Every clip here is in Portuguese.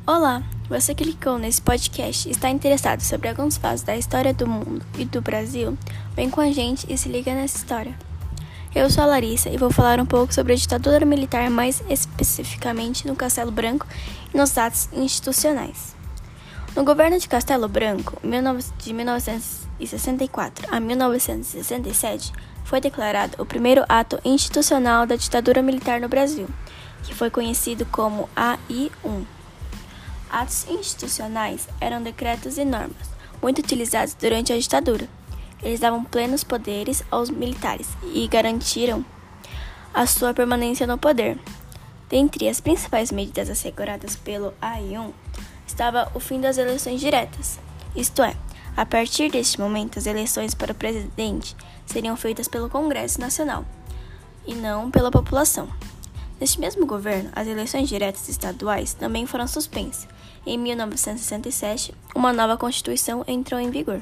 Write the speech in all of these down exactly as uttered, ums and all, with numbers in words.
Olá, você que clicou nesse podcast e está interessado sobre alguns fatos da história do mundo e do Brasil? Vem com a gente e se liga nessa história. Eu sou a Larissa e vou falar um pouco sobre a ditadura militar, mais especificamente no Castelo Branco e nos atos institucionais. No governo de Castelo Branco, de mil novecentos e sessenta e quatro a mil novecentos e sessenta e sete, foi declarado o primeiro ato institucional da ditadura militar no Brasil, que foi conhecido como A I um. Atos institucionais eram decretos e normas, muito utilizados durante a ditadura. Eles davam plenos poderes aos militares e garantiram a sua permanência no poder. Dentre as principais medidas asseguradas pelo A I um estava o fim das eleições diretas, isto é, a partir deste momento as eleições para o presidente seriam feitas pelo Congresso Nacional e não pela população. Neste mesmo governo, as eleições diretas estaduais também foram suspensas. Em mil novecentos e sessenta e sete, uma nova Constituição entrou em vigor.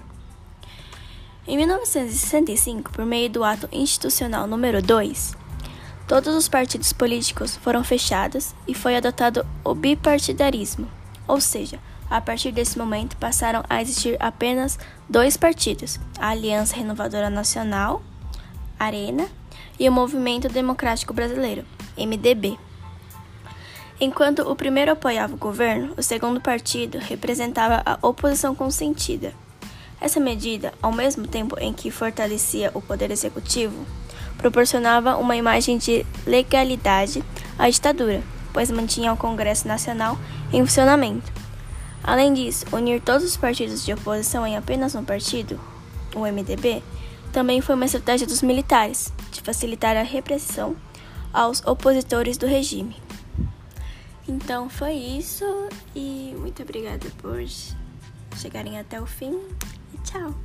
Em mil novecentos e sessenta e cinco, por meio do Ato Institucional número dois, todos os partidos políticos foram fechados e foi adotado o bipartidarismo, ou seja, a partir desse momento passaram a existir apenas dois partidos, a Aliança Renovadora Nacional, Arena, e o Movimento Democrático Brasileiro, M D B. Enquanto o primeiro apoiava o governo, o segundo partido representava a oposição consentida. Essa medida, ao mesmo tempo em que fortalecia o poder executivo, proporcionava uma imagem de legalidade à ditadura, pois mantinha o Congresso Nacional em funcionamento. Além disso, unir todos os partidos de oposição em apenas um partido, o M D B, também foi uma estratégia dos militares, de facilitar a repressão aos opositores do regime. Então foi isso e muito obrigada por chegarem até o fim e tchau!